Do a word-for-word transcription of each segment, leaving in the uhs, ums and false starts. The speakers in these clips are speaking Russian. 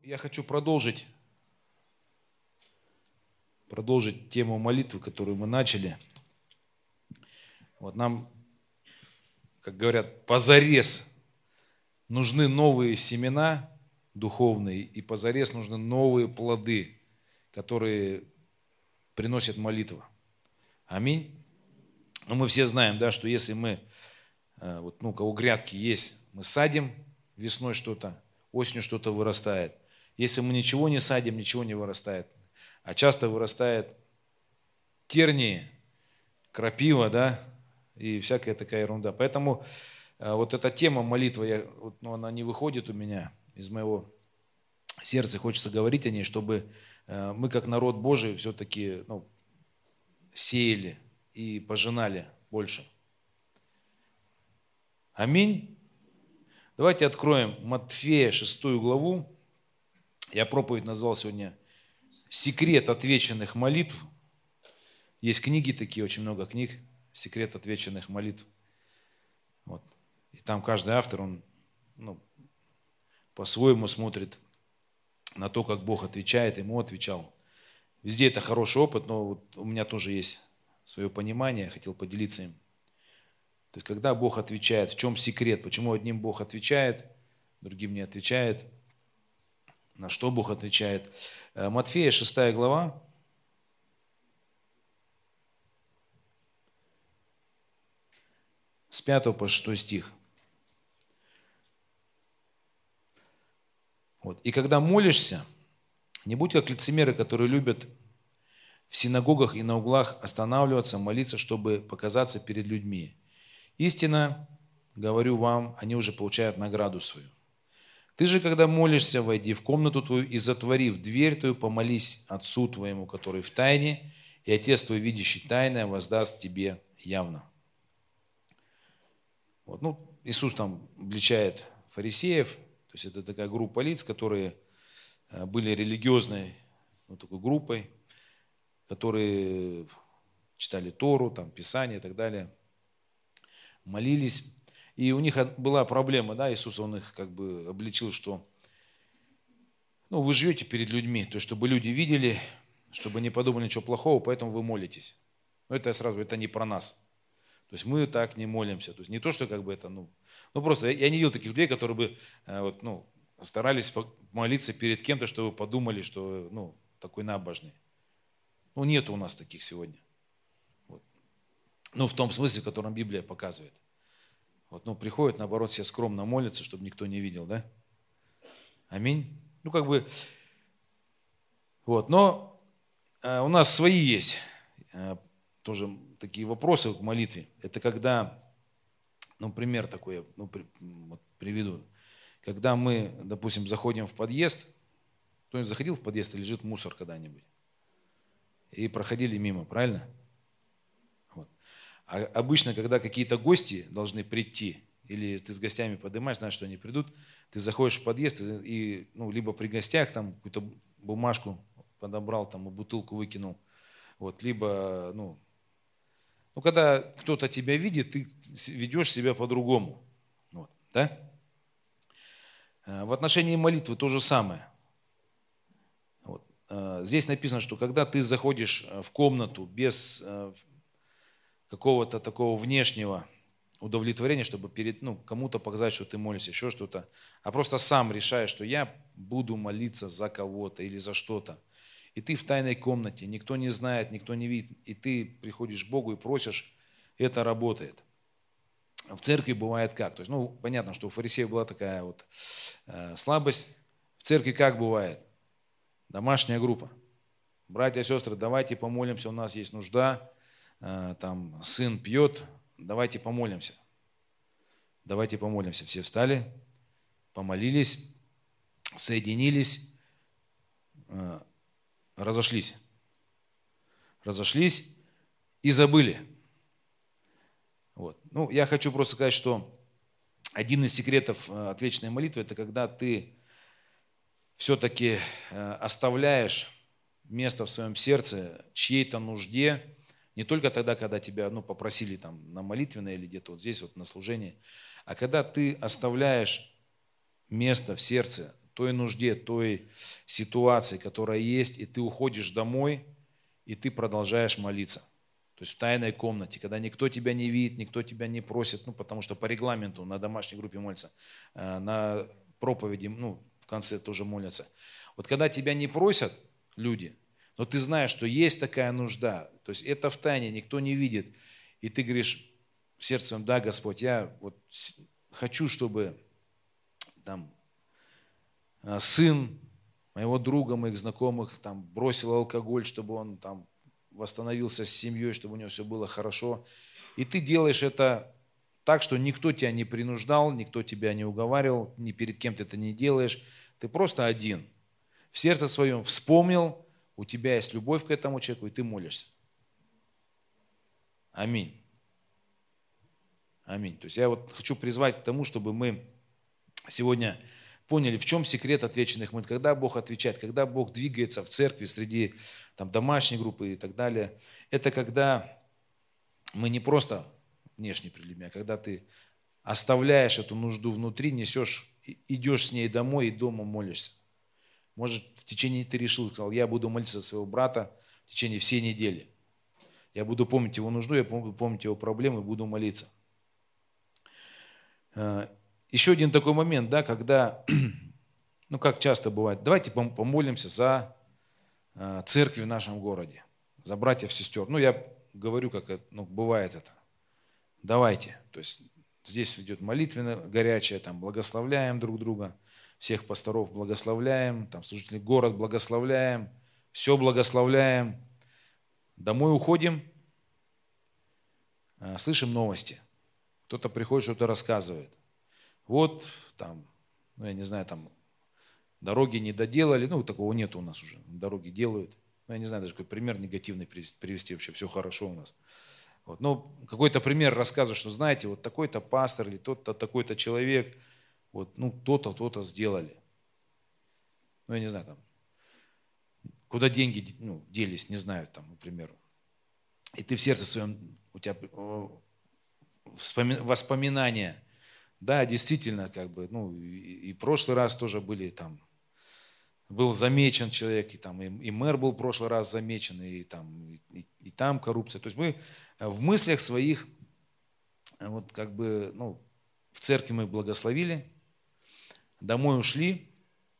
Я хочу продолжить, продолжить тему молитвы, которую мы начали. Вот нам, как говорят, позарез нужны новые семена духовные, и позарез нужны новые плоды, которые приносят молитва. Аминь. Но мы все знаем, да, что если мы, вот, ну, у кого грядки есть, мы садим весной что-то, осенью что-то вырастает. Если мы ничего не садим, ничего не вырастает. А часто вырастает тернии, крапива, да, и всякая такая ерунда. Поэтому вот эта тема молитвы, я, вот, ну, она не выходит у меня из моего сердца, хочется говорить о ней, чтобы мы, как народ Божий, все-таки, ну, сеяли и пожинали больше. Аминь. Давайте откроем Матфея шестую главу. Я проповедь назвал сегодня «Секрет отвеченных молитв». Есть книги такие, очень много книг, «Секрет отвеченных молитв». Вот. И там каждый автор, он, ну, по-своему смотрит на то, как Бог отвечает, ему отвечал. Везде это хороший опыт, но вот у меня тоже есть свое понимание, я хотел поделиться им. То есть, когда Бог отвечает, в чем секрет, почему одним Бог отвечает, другим не отвечает, на что Бог отвечает. Матфея шестая глава, с пятого по шестой стих. Вот. «И когда молишься, не будь как лицемеры, которые любят в синагогах и на углах останавливаться, молиться, чтобы показаться перед людьми. Истинно, говорю вам, они уже получают награду свою. Ты же, когда молишься, войди в комнату твою и, затворив дверь твою, помолись Отцу твоему, который в тайне, и Отец твой, видящий тайное, воздаст тебе явно». Вот. Ну, Иисус там обличает фарисеев, то есть это такая группа лиц, которые были религиозной, ну, такой группой, которые читали Тору, там, Писание и так далее, молились. И у них была проблема, да, Иисус, он их как бы обличил, что, ну, вы живете перед людьми, то есть чтобы люди видели, чтобы не подумали ничего плохого, поэтому вы молитесь. Но это сразу, это не про нас. То есть мы так не молимся. То есть не то, что как бы это, ну, ну просто я не видел таких людей, которые бы, вот, ну, старались молиться перед кем-то, чтобы подумали, что, ну, такой набожный. Ну, нет у нас таких сегодня. Вот. Ну, в том смысле, в котором Библия показывает. Вот, ну, приходят, наоборот, все скромно молятся, чтобы никто не видел, да? Аминь. Ну, как бы, вот, но э, у нас свои есть э, тоже такие вопросы к молитве. Это когда, ну, пример такой, ну, при, вот, приведу. Когда мы, допустим, заходим в подъезд, кто-нибудь заходил в подъезд и лежит мусор когда-нибудь? И проходили мимо, правильно? Вот. А обычно, когда какие-то гости должны прийти, или ты с гостями поднимаешь, знаешь, что они придут, ты заходишь в подъезд и, и ну, либо при гостях там какую-то бумажку подобрал, там, бутылку выкинул, вот, либо, ну, ну, когда кто-то тебя видит, ты ведешь себя по-другому, вот, да? В отношении молитвы то же самое. Вот. Здесь написано, что когда ты заходишь в комнату без какого-то такого внешнего удовлетворения, чтобы перед, ну, кому-то показать, что ты молишься, еще что-то, а просто сам решаешь, что я буду молиться за кого-то или за что-то. И ты в тайной комнате, никто не знает, никто не видит, и ты приходишь к Богу и просишь, это работает. В церкви бывает как? То есть, ну, понятно, что у фарисеев была такая вот э, слабость. В церкви как бывает? Домашняя группа. Братья и сестры, давайте помолимся, у нас есть нужда. Э, там сын пьет, давайте помолимся. Давайте помолимся. Все встали, помолились, соединились, э, разошлись. Разошлись и забыли. Вот. Ну, я хочу просто сказать, что один из секретов отвечной молитвы – это когда ты все-таки оставляешь место в своем сердце чьей-то нужде, не только тогда, когда тебя, ну, попросили там на молитвенное или где-то вот здесь вот на служении, а когда ты оставляешь место в сердце той нужде, той ситуации, которая есть, и ты уходишь домой, и ты продолжаешь молиться. То есть в тайной комнате, когда никто тебя не видит, никто тебя не просит, ну, потому что по регламенту на домашней группе молятся, на проповеди, ну, в конце тоже молятся. Вот когда тебя не просят люди, но ты знаешь, что есть такая нужда, то есть это в тайне, никто не видит, и ты говоришь в сердце своем: да, Господь, я вот хочу, чтобы там сын моего друга, моих знакомых там бросил алкоголь, чтобы он там восстановился с семьей, чтобы у него все было хорошо. И ты делаешь это так, что никто тебя не принуждал, никто тебя не уговаривал, ни перед кем ты это не делаешь. Ты просто один. В сердце своем вспомнил, у тебя есть любовь к этому человеку, и ты молишься. Аминь. Аминь. То есть я вот хочу призвать к тому, чтобы мы сегодня поняли, в чем секрет отвеченных молитв, когда Бог отвечает, когда Бог двигается в церкви, среди там, домашней группы и так далее. Это когда мы не просто внешне пред людьми, а когда ты оставляешь эту нужду внутри, несешь, идешь с ней домой и дома молишься. Может, в течение ты решил, сказал: я буду молиться за своего брата в течение всей недели. Я буду помнить его нужду, я буду помнить его проблемы, буду молиться. Еще один такой момент, да, когда, ну как часто бывает, давайте помолимся за церкви в нашем городе, за братьев, сестер. Ну я говорю, как это, ну, бывает это. Давайте, то есть здесь идет молитвенно горячая, там благословляем друг друга, всех пасторов благословляем, там служителей город благословляем, все благословляем. Домой уходим, слышим новости. Кто-то приходит, что-то рассказывает. Вот там, ну я не знаю, там дороги не доделали, ну такого нет у нас уже, дороги делают. Ну я не знаю даже какой пример негативный привести, вообще все хорошо у нас. Вот. Но какой-то пример рассказывает, что знаете, вот такой-то пастор или тот-то, такой-то человек, вот, ну то-то, то-то сделали. Ну я не знаю, там, куда деньги ну, делись, не знаю, там, например. И ты в сердце своем, у тебя воспоминания. Да, действительно, как бы, ну, и, и в прошлый раз тоже были там, был замечен человек, и там, и, и мэр был в прошлый раз замечен, и там, и, и, и там коррупция. То есть мы в мыслях своих, вот как бы, ну, в церкви мы благословили, домой ушли,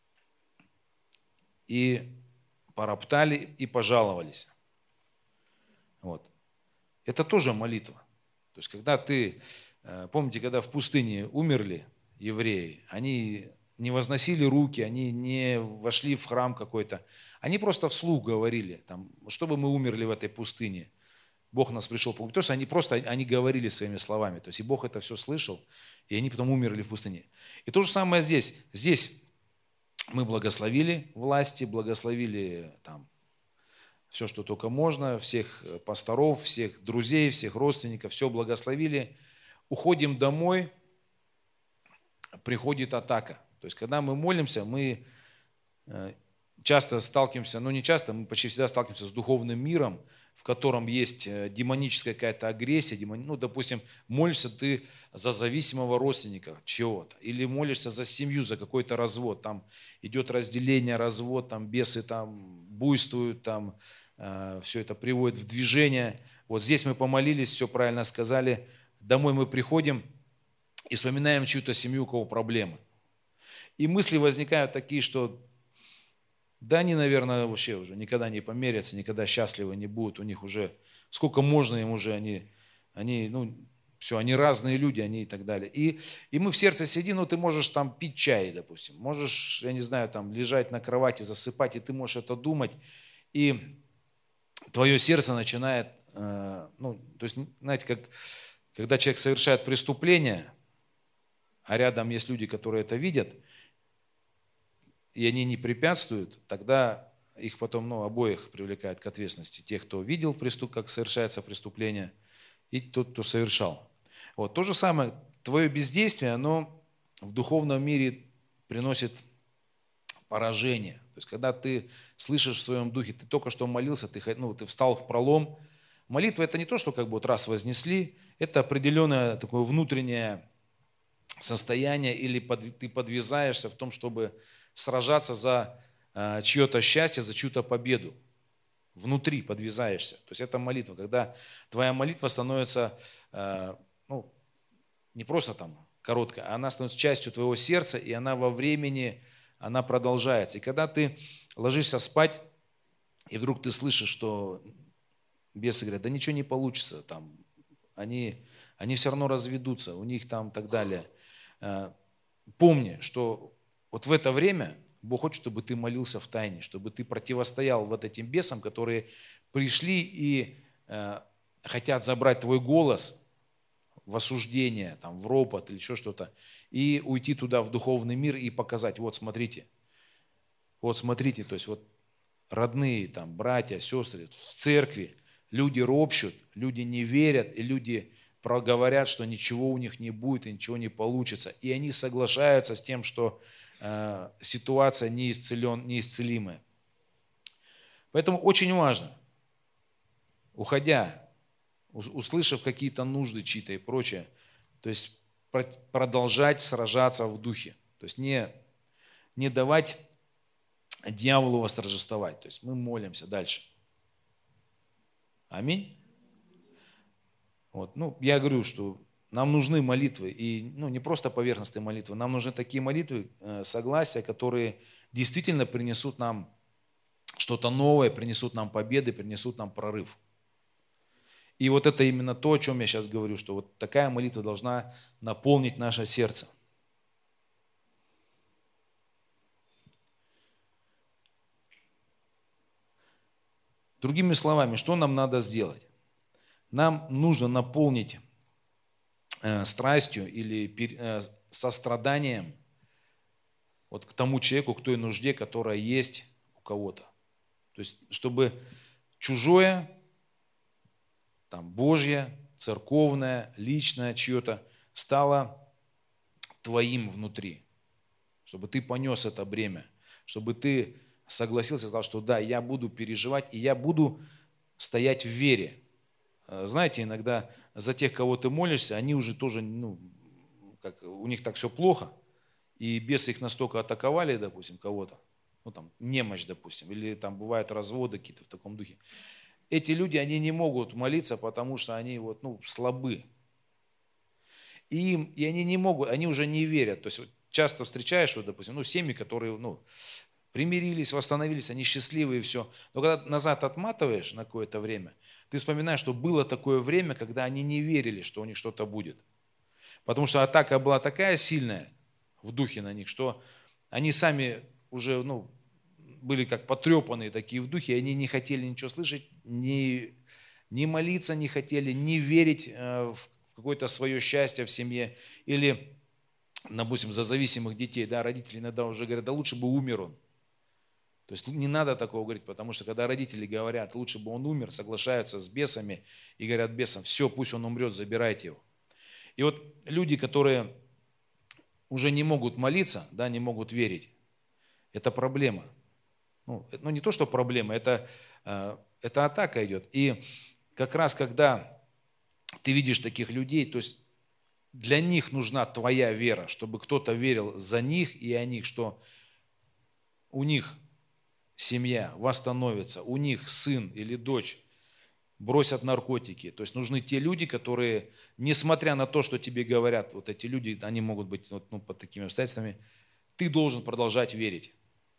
и пороптали, и пожаловались. Вот. Это тоже молитва. То есть, когда ты, помните, когда в пустыне умерли евреи, они не возносили руки, они не вошли в храм какой-то, они просто вслух говорили, там, чтобы мы умерли в этой пустыне, Бог нас пришел погубить. То есть они просто они говорили своими словами, то есть и Бог это все слышал, и они потом умерли в пустыне. И то же самое здесь. Здесь мы благословили власти, благословили там все, что только можно, всех пасторов, всех друзей, всех родственников, все благословили. Уходим домой, приходит атака. То есть, когда мы молимся, мы часто сталкиваемся, ну не часто, мы почти всегда сталкиваемся с духовным миром, в котором есть демоническая какая-то агрессия. Демон... Ну, допустим, молишься ты за зависимого родственника чего-то, или молишься за семью, за какой-то развод. Там идет разделение, развод, там бесы там буйствуют, там э, все это приводит в движение. Вот здесь мы помолились, все правильно сказали. Домой мы приходим и вспоминаем чью-то семью, у кого проблемы. И мысли возникают такие, что да они, наверное, вообще уже никогда не помирятся, никогда счастливы не будут. У них уже, сколько можно им уже, они, они ну, все, они разные люди, они и так далее. И, и мы в сердце сидим, ну, ты можешь там пить чай, допустим, можешь, я не знаю, там лежать на кровати, засыпать, и ты можешь это думать, и твое сердце начинает, э, ну, то есть, знаете, как, когда человек совершает преступление, а рядом есть люди, которые это видят, и они не препятствуют, тогда их потом, ну, обоих привлекают к ответственности. Тех, кто видел, преступ, как совершается преступление, и тот, кто совершал. Вот. То же самое, твое бездействие, оно в духовном мире приносит поражение. То есть, когда ты слышишь в своем духе, ты только что молился, ты, ну, ты встал в пролом. Молитва – это не то, что как бы вот раз вознесли, это определенное такое внутреннее состояние, или под, ты подвязаешься в том, чтобы сражаться за э, чье-то счастье, за чью-то победу. Внутри подвязаешься. То есть это молитва. Когда твоя молитва становится, э, ну, не просто там короткая, а она становится частью твоего сердца, и она во времени, она продолжается. И когда ты ложишься спать, и вдруг ты слышишь, что бесы говорят, да ничего не получится, там, они, они все равно разведутся, у них там так далее. Помни, что вот в это время Бог хочет, чтобы ты молился в тайне, чтобы ты противостоял вот этим бесам, которые пришли и э, хотят забрать твой голос в осуждение, там, в ропот или еще что-то, и уйти туда в духовный мир и показать, вот смотрите, вот смотрите, то есть вот родные, там, братья, сестры, в церкви люди ропщут, люди не верят, и люди проговорят, что ничего у них не будет и ничего не получится. И они соглашаются с тем, что э, ситуация неисцелен, неисцелимая. Поэтому очень важно, уходя, услышав какие-то нужды чьи-то и прочее, то есть продолжать сражаться в духе. То есть не, не давать дьяволу восторжествовать. То есть мы молимся дальше. Аминь. Вот. Ну, я говорю, что нам нужны молитвы, и ну, не просто поверхностные молитвы, нам нужны такие молитвы, э, согласия, которые действительно принесут нам что-то новое, принесут нам победы, принесут нам прорыв. И вот это именно то, о чем я сейчас говорю, что вот такая молитва должна наполнить наше сердце. Другими словами, что нам надо сделать? Нам нужно наполнить э, страстью или э, состраданием вот к тому человеку, к той нужде, которая есть у кого-то. То есть, чтобы чужое, там, Божье, церковное, личное чье-то стало твоим внутри. Чтобы ты понес это бремя. Чтобы ты согласился и сказал, что да, я буду переживать, и я буду стоять в вере. Знаете, иногда за тех, кого ты молишься, они уже тоже, ну, как, у них так все плохо, и бесы их настолько атаковали, допустим, кого-то, ну там немощь, допустим, или там бывают разводы какие-то в таком духе. Эти люди, они не могут молиться, потому что они вот, ну, слабы. И, им, и они не могут, они уже не верят. То есть вот часто встречаешь, вот, допустим, ну, семьи, которые, ну, примирились, восстановились, они счастливые и все. Но когда назад отматываешь на какое-то время, ты вспоминаешь, что было такое время, когда они не верили, что у них что-то будет. Потому что атака была такая сильная в духе на них, что они сами уже, ну, были как потрепанные такие в духе, и они не хотели ничего слышать, ни, ни молиться не хотели, не верить в какое-то свое счастье в семье. Или, допустим, за зависимых детей, да, родители иногда уже говорят, да лучше бы умер он. То есть не надо такого говорить, потому что когда родители говорят, лучше бы он умер, соглашаются с бесами и говорят бесам, все, пусть он умрет, забирайте его. И вот люди, которые уже не могут молиться, да, не могут верить, это проблема. Ну, ну не то, что проблема, это, это атака идет. И как раз когда ты видишь таких людей, то есть для них нужна твоя вера, чтобы кто-то верил за них и о них, что у них семья восстановится, у них сын или дочь бросят наркотики. То есть нужны те люди, которые, несмотря на то, что тебе говорят, вот эти люди, они могут быть вот, ну, под такими обстоятельствами, ты должен продолжать верить.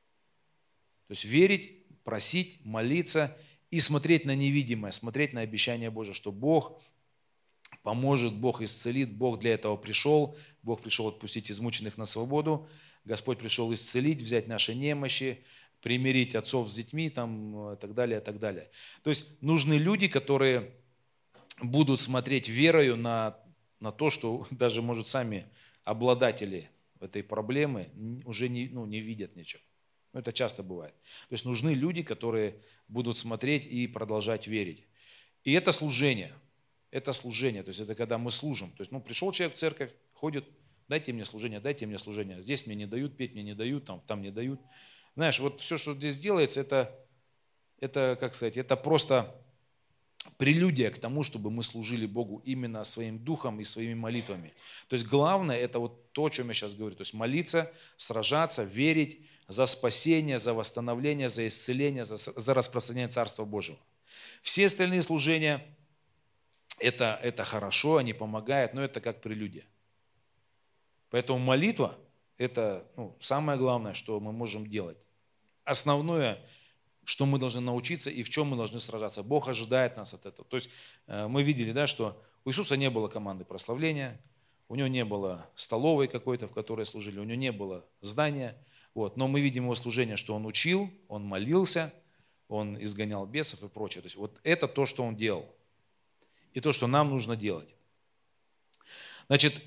То есть верить, просить, молиться и смотреть на невидимое, смотреть на обещание Божие, что Бог поможет, Бог исцелит, Бог для этого пришел, Бог пришел отпустить измученных на свободу, Господь пришел исцелить, взять наши немощи, примирить отцов с детьми там, и так далее, и так далее. То есть нужны люди, которые будут смотреть верою на, на то, что даже, может, сами обладатели этой проблемы уже не, ну, не видят ничего. Ну, это часто бывает. То есть нужны люди, которые будут смотреть и продолжать верить. И это служение. Это служение. То есть это когда мы служим. То есть, ну, пришел человек в церковь, ходит, дайте мне служение, дайте мне служение. Здесь мне не дают, петь мне не дают, там, там не дают. Знаешь, вот все, что здесь делается, это, это, как сказать, это просто прелюдия к тому, чтобы мы служили Богу именно своим духом и своими молитвами. То есть главное, это вот то, о чем я сейчас говорю. То есть молиться, сражаться, верить за спасение, за восстановление, за исцеление, за, за распространение Царства Божьего. Все остальные служения, это, это хорошо, они помогают, но это как прелюдия. Поэтому молитва – это ну, самое главное, что мы можем делать. Основное, что мы должны научиться и в чем мы должны сражаться. Бог ожидает нас от этого. То есть мы видели, да, что у Иисуса не было команды прославления, у него не было столовой какой-то, в которой служили, у него не было здания. Вот. Но мы видим его служение, что он учил, он молился, он изгонял бесов и прочее. То есть вот это то, что он делал. И то, что нам нужно делать. Значит,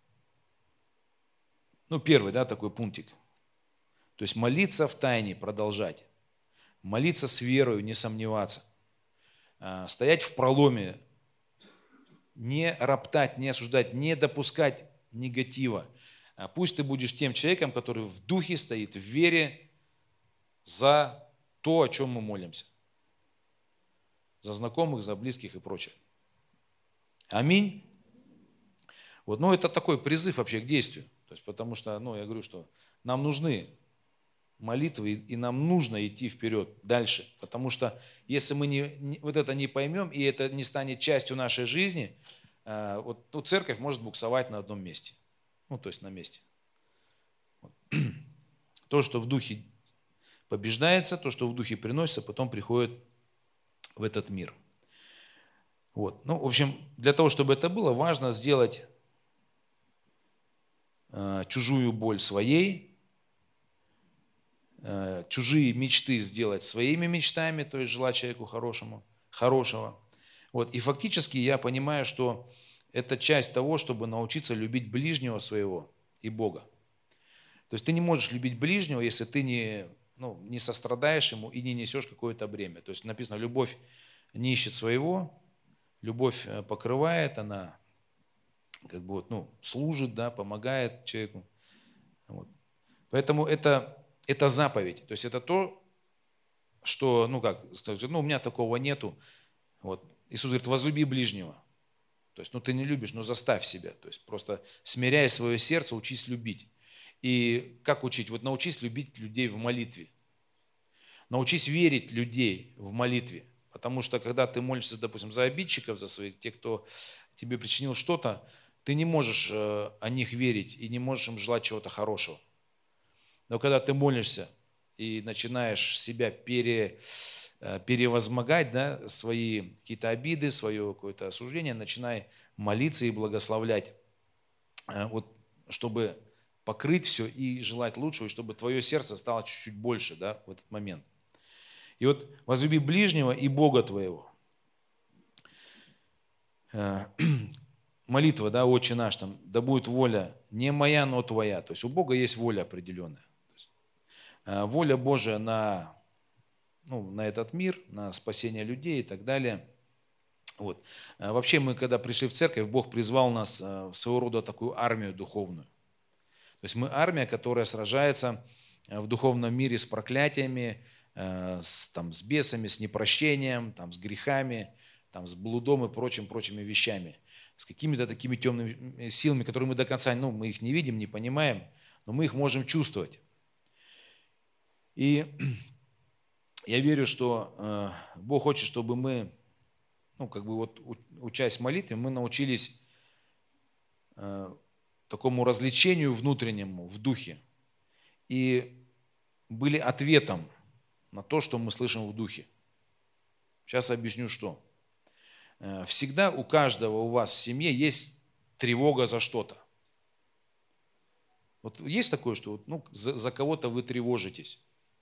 ну первый, да, такой пунктик. То есть молиться в тайне, продолжать. Молиться с верою, не сомневаться. Стоять в проломе, не роптать, не осуждать, не допускать негатива. Пусть ты будешь тем человеком, который в духе стоит, в вере за то, о чем мы молимся. За знакомых, за близких и прочее. Аминь. Вот, ну, это такой призыв вообще к действию. То есть, потому что, ну, я говорю, что нам нужны молитвы, и нам нужно идти вперед, дальше. Потому что если мы не, не, вот это не поймем, и это не станет частью нашей жизни, э, вот, ну, церковь может буксовать на одном месте. Ну, то есть на месте. Вот. То, что в духе побеждается, то, что в духе приносится, потом приходит в этот мир. Вот. Ну, в общем, для того, чтобы это было, важно сделать э, чужую боль своей, чужие мечты сделать своими мечтами, то есть желать человеку хорошему, хорошего. Вот. И фактически я понимаю, что это часть того, чтобы научиться любить ближнего своего и Бога. То есть ты не можешь любить ближнего, если ты не, ну, не сострадаешь ему и не несешь какое-то бремя. То есть написано, любовь не ищет своего, любовь покрывает, она как бы вот, ну, служит, да, помогает человеку. Вот. Поэтому это... Это заповедь, то есть это то, что, ну как, ну у меня такого нету. Вот. Иисус говорит, возлюби ближнего. То есть, ну ты не любишь, но заставь себя. То есть просто смиряй свое сердце, учись любить. И как учить? Вот научись любить людей в молитве. Научись верить людей в молитве. Потому что когда ты молишься, допустим, за обидчиков, за своих, тех, кто тебе причинил что-то, ты не можешь о них верить и не можешь им желать чего-то хорошего. Но когда ты молишься и начинаешь себя пере, перевозмогать, да, свои какие-то обиды, свое какое-то осуждение, начинай молиться и благословлять, вот, чтобы покрыть все и желать лучшего, и чтобы твое сердце стало чуть-чуть больше, да, в этот момент. И вот возлюби ближнего и Бога твоего. Молитва, да, Отче наш, там, да будет воля не моя, но твоя. То есть у Бога есть воля определенная. Воля Божия на, ну, на этот мир, на спасение людей и так далее. Вот. Вообще мы, когда пришли в церковь, Бог призвал нас в своего рода такую армию духовную. То есть мы армия, которая сражается в духовном мире с проклятиями, с, там, с бесами, с непрощением, там, с грехами, там, с блудом и прочим, прочими вещами. С какими-то такими темными силами, которые мы до конца, ну, мы их не видим, не понимаем, но мы их можем чувствовать. И я верю, что э, Бог хочет, чтобы мы, ну, как бы вот, учась в молитве, мы научились э, такому развлечению внутреннему в духе и были ответом на то, что мы слышим в духе. Сейчас объясню, что. Э, всегда у каждого у вас в семье есть тревога за что-то. Вот есть такое, что вот, ну, за, за кого-то вы тревожитесь.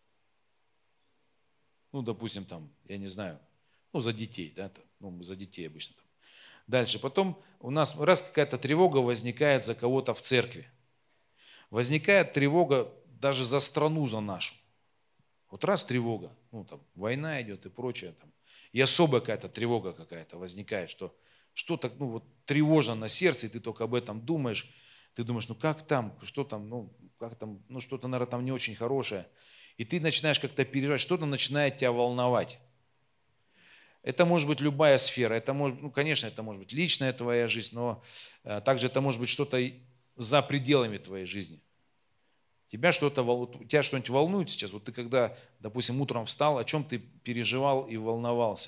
Ну, допустим, там, я не знаю, ну, за детей, да, там, ну, за детей обычно. Там. Дальше, потом у нас раз какая-то тревога возникает за кого-то в церкви. Возникает тревога даже за страну, за нашу. Вот раз тревога, ну, там, война идет и прочее, там, и особая какая-то тревога какая-то возникает, что что-то, ну, вот тревожно на сердце, и ты только об этом думаешь, ты думаешь, ну, как там, что там, ну, как там, ну, что-то, наверное, там не очень хорошее. И ты начинаешь как-то переживать, что-то начинает тебя волновать. Это может быть любая сфера. Это может, ну, конечно, это может быть личная твоя жизнь, но э, также это может быть что-то и за пределами твоей жизни. Тебя что-то, вол- тебя что-нибудь волнует сейчас? Вот ты когда, допустим, утром встал, о чем ты переживал и волновался?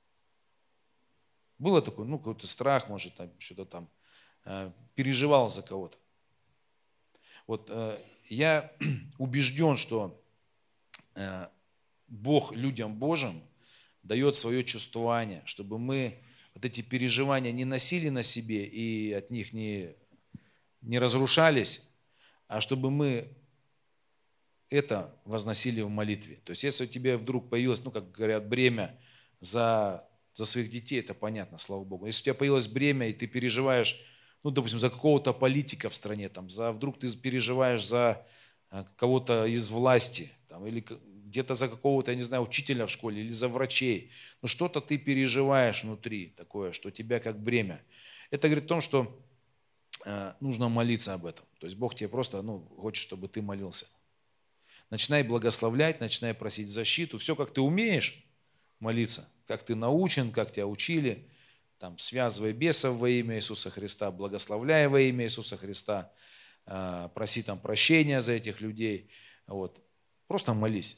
Было такое, ну, какой-то страх, может, там, что-то там, э, переживал за кого-то. Вот э, я убежден, что э, Бог людям Божьим дает свое чувствование, чтобы мы вот эти переживания не носили на себе и от них не, не разрушались, а чтобы мы это возносили в молитве. То есть если у тебя вдруг появилось, ну, как говорят, бремя за, за своих детей, это понятно, слава Богу. Если у тебя появилось бремя, и ты переживаешь, ну, допустим, за какого-то политика в стране, там, за, вдруг ты переживаешь за а, кого-то из власти, там, или к- где-то за какого-то, я не знаю, учителя в школе, или за врачей, ну, что-то ты переживаешь внутри такое, что тебя как бремя. Это говорит о том, что э, нужно молиться об этом. То есть Бог тебе просто, ну, хочет, чтобы ты молился. Начинай благословлять, начинай просить защиту. Все, как ты умеешь молиться, как ты научен, как тебя учили, там, связывай бесов во имя Иисуса Христа, благословляй во имя Иисуса Христа, а, проси там прощения за этих людей. Вот. Просто молись.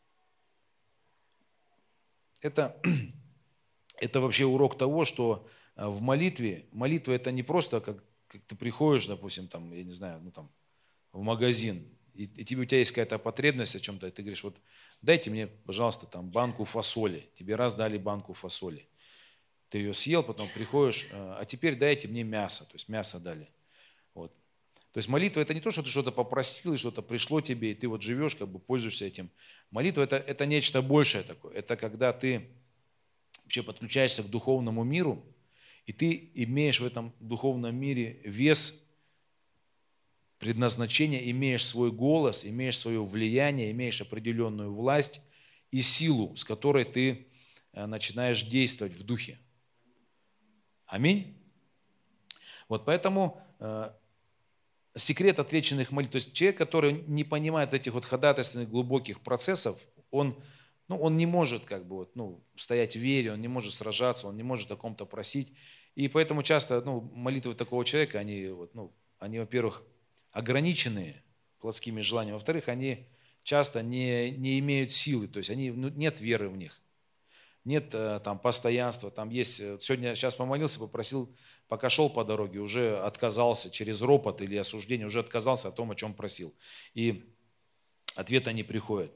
Это, это вообще урок того, что а, в молитве, молитва это не просто, как, как ты приходишь, допустим, там, я не знаю, ну там, в магазин, и, и тебе, у тебя есть какая-то потребность о чем-то, и ты говоришь, вот дайте мне, пожалуйста, там банку фасоли. Тебе раз дали банку фасоли. Ты ее съел, потом приходишь, а теперь дайте мне мясо, то есть мясо дали. Вот. То есть молитва это не то, что ты что-то попросил, и что-то пришло тебе, и ты вот живешь, как бы пользуешься этим. Молитва это, это нечто большее такое. Это когда ты вообще подключаешься к духовному миру, и ты имеешь в этом духовном мире вес, предназначение, имеешь свой голос, имеешь свое влияние, имеешь определенную власть и силу, с которой ты э, начинаешь действовать в духе. Аминь. Вот поэтому э, секрет отвеченных молитв, то есть человек, который не понимает этих вот ходатайственных глубоких процессов, он, ну, он не может как бы вот, ну, стоять в вере, он не может сражаться, он не может о ком-то просить. И поэтому часто ну, молитвы такого человека, они, вот, ну, они, во-первых, ограниченные плотскими желаниями, во-вторых, они часто не, не имеют силы, то есть они, ну, нет веры в них. Нет э, там постоянства, там есть, э, сегодня сейчас помолился, попросил, пока шел по дороге, уже отказался через ропот или осуждение, уже отказался о том, о чем просил. И ответа не приходит.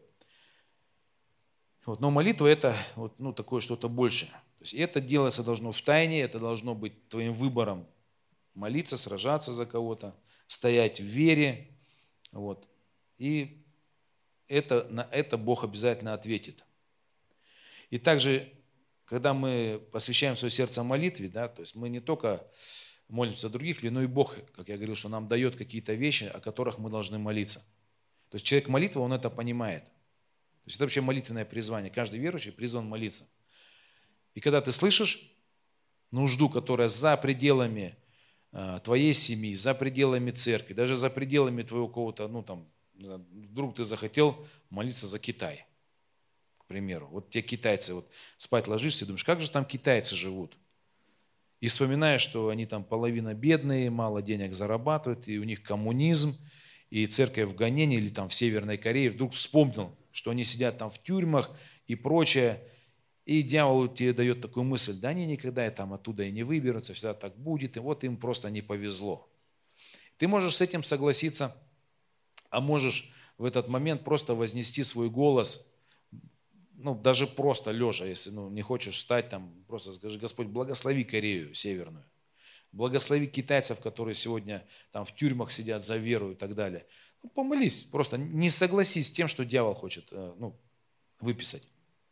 Вот, но молитва это вот, ну, такое что-то большее. То есть это делаться должно в тайне, это должно быть твоим выбором молиться, сражаться за кого-то, стоять в вере. Вот. И это, на это Бог обязательно ответит. И также, когда мы посвящаем свое сердце молитве, да, то есть мы не только молимся за других людей, но и Бог, как я говорил, что нам дает какие-то вещи, о которых мы должны молиться. То есть человек молитва, он это понимает. То есть это вообще молитвенное призвание. Каждый верующий призван молиться. И когда ты слышишь нужду, которая за пределами э, твоей семьи, за пределами церкви, даже за пределами твоего какого-то, ну там, вдруг ты захотел молиться за Китай, к примеру. Вот те китайцы, вот спать ложишься и думаешь, как же там китайцы живут? И вспоминаешь, что они там половина бедные, мало денег зарабатывают, и у них коммунизм, и церковь в гонении, или там в Северной Корее, вдруг вспомнил, что они сидят там в тюрьмах и прочее, и дьявол тебе дает такую мысль, да они никогда там оттуда и не выберутся, всегда так будет, и вот им просто не повезло. Ты можешь с этим согласиться, а можешь в этот момент просто вознести свой голос, ну, даже просто лежа, если ну, не хочешь встать, там, просто скажи, Господь, благослови Корею Северную, благослови китайцев, которые сегодня там в тюрьмах сидят за веру и так далее. Ну, помолись, просто не согласись с тем, что дьявол хочет э, ну, выписать.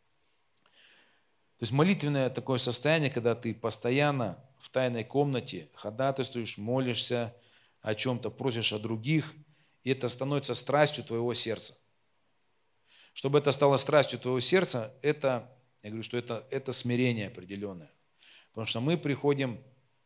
То есть молитвенное такое состояние, когда ты постоянно в тайной комнате ходатайствуешь, молишься о чем-то, просишь о других, и это становится страстью твоего сердца. Чтобы это стало страстью твоего сердца, это, я говорю, что это, это смирение определенное. Потому что мы приходим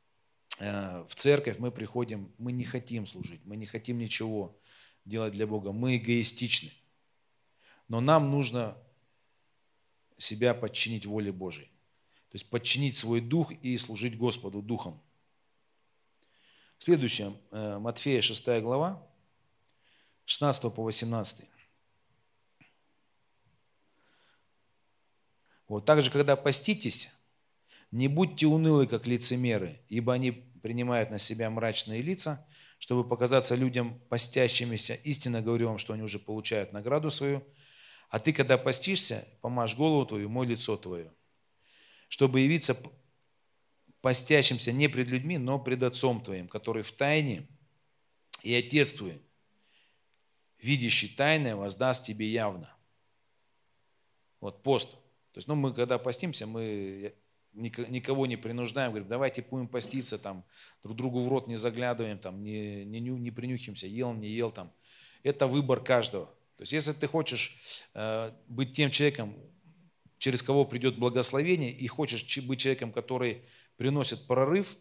э, в церковь, мы приходим, мы не хотим служить, мы не хотим ничего делать для Бога, мы эгоистичны. Но нам нужно себя подчинить воле Божией. То есть подчинить свой дух и служить Господу духом. Следующее, Матфея шестая глава, шестнадцатого по восемнадцатый. Вот, также, когда поститесь, не будьте унылы, как лицемеры, ибо они принимают на себя мрачные лица, чтобы показаться людям постящимися. Истинно говорю вам, что они уже получают награду свою. А ты, когда постишься, помажь голову твою, мой лицо твое, чтобы явиться постящимся не пред людьми, но пред Отцом твоим, который в тайне, и Отец твой, видящий тайное, воздаст тебе явно. Вот пост. То есть, ну, мы когда постимся, мы никого не принуждаем, говорим, давайте будем поститься, там, друг другу в рот не заглядываем, там, не, не, не принюхимся, ел, не ел. Там. Это выбор каждого. То есть, если ты хочешь э, быть тем человеком, через кого придет благословение, и хочешь быть человеком, который приносит прорыв,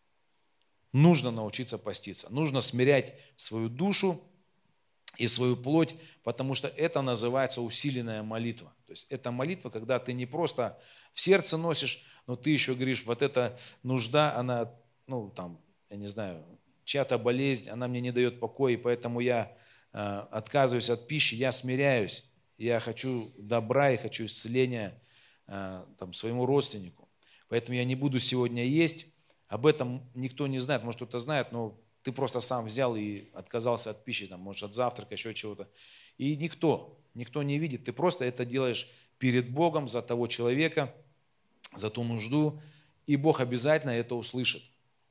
нужно научиться поститься. Нужно смирять свою душу и свою плоть, потому что это называется усиленная молитва. То есть это молитва, когда ты не просто в сердце носишь, но ты еще говоришь, вот эта нужда, она, ну там, я не знаю, чья-то болезнь, она мне не дает покоя, и поэтому я э, отказываюсь от пищи, я смиряюсь, я хочу добра и хочу исцеления э, там, своему родственнику. Поэтому я не буду сегодня есть. Об этом никто не знает, может кто-то знает, но ты просто сам взял и отказался от пищи, там, может от завтрака, еще чего-то. И никто, никто не видит. Ты просто это делаешь перед Богом за того человека, за ту нужду. И Бог обязательно это услышит.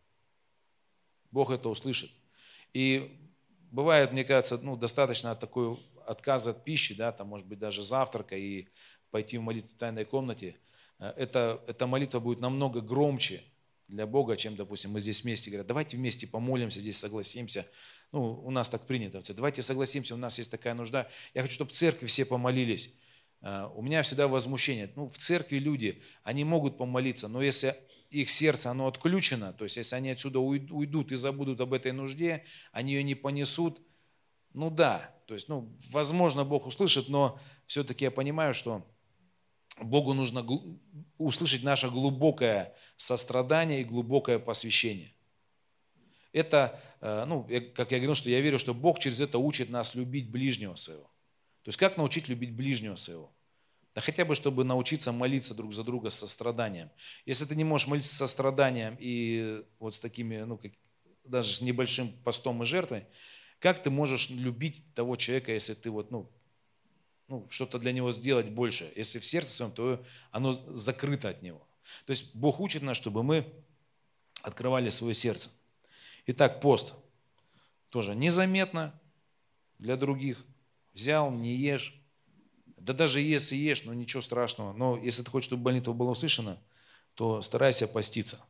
Бог это услышит. И бывает, мне кажется, ну, достаточно такой отказ от пищи, да, там, может быть, даже завтрака и пойти в молитве в тайной комнате. Это, эта молитва будет намного громче для Бога, чем, допустим, мы здесь вместе говорят, давайте вместе помолимся, здесь согласимся. Ну, у нас так принято. Давайте согласимся, у нас есть такая нужда. Я хочу, чтобы в церкви все помолились. У меня всегда возмущение. Ну, в церкви люди, они могут помолиться, но если их сердце, оно отключено, то есть если они отсюда уйдут и забудут об этой нужде, они ее не понесут, ну да, то есть, ну, возможно, Бог услышит, но все-таки я понимаю, что Богу нужно услышать наше глубокое сострадание и глубокое посвящение. Это, ну, как я говорил, что я верю, что Бог через это учит нас любить ближнего своего. То есть как научить любить ближнего своего? Да хотя бы, чтобы научиться молиться друг за друга с состраданием. Если ты не можешь молиться с состраданием и вот с такими, ну, как, даже с небольшим постом и жертвой, как ты можешь любить того человека, если ты вот, ну, ну, что-то для него сделать больше. Если в сердце своем, то оно закрыто от него. То есть Бог учит нас, чтобы мы открывали свое сердце. Итак, пост тоже незаметно для других. Взял, не ешь. Да даже если ешь, ну ничего страшного. Но если ты хочешь, чтобы молитва была услышана, то старайся поститься.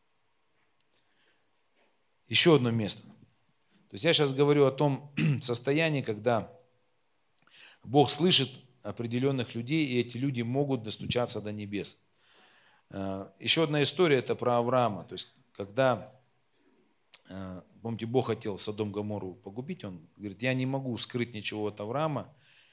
Еще одно место. То есть я сейчас говорю о том состоянии, когда Бог слышит определенных людей, и эти люди могут достучаться до небес. Еще одна история – это про Авраама. То есть, когда, помните, Бог хотел Содом Гоморру погубить, он говорит, я не могу скрыть ничего от Авраама.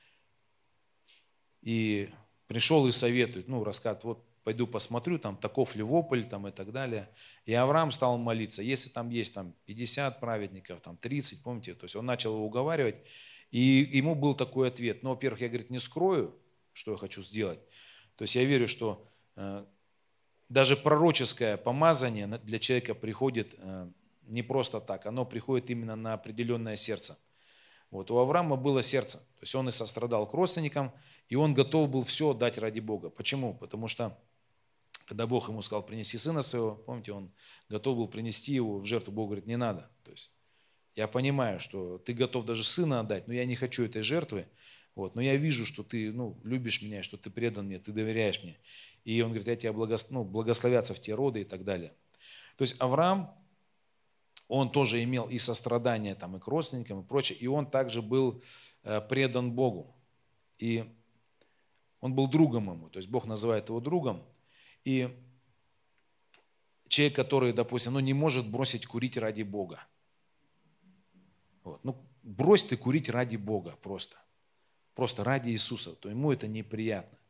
И пришел и советует, ну, рассказывает, вот пойду посмотрю, там, таков ли вопль, там, и так далее. И Авраам стал молиться. Если там есть там, пятьдесят праведников, там, тридцать, помните, то есть он начал его уговаривать. И ему был такой ответ. Ну, во-первых, я, говорит, не скрою, что я хочу сделать. То есть я верю, что э, даже пророческое помазание для человека приходит э, не просто так. Оно приходит именно на определенное сердце. Вот, у Авраама было сердце. То есть он и сострадал к родственникам, и он готов был все отдать ради Бога. Почему? Потому что, когда Бог ему сказал, принеси сына своего, помните, он готов был принести его в жертву. Бог говорит, не надо. То есть я понимаю, что ты готов даже сына отдать, но я не хочу этой жертвы. Вот, но я вижу, что ты, ну, любишь меня, что ты предан мне, ты доверяешь мне. И он говорит, я тебя благос... ну, благословятся в те роды и так далее. То есть Авраам, он тоже имел и сострадание там, и к родственникам, и прочее, и он также был э, предан Богу. И он был другом ему, то есть Бог называет его другом. И человек, который, допустим, ну, не может бросить курить ради Бога. Вот. Ну, брось ты курить ради Бога просто. Просто ради Иисуса, то ему это неприятно.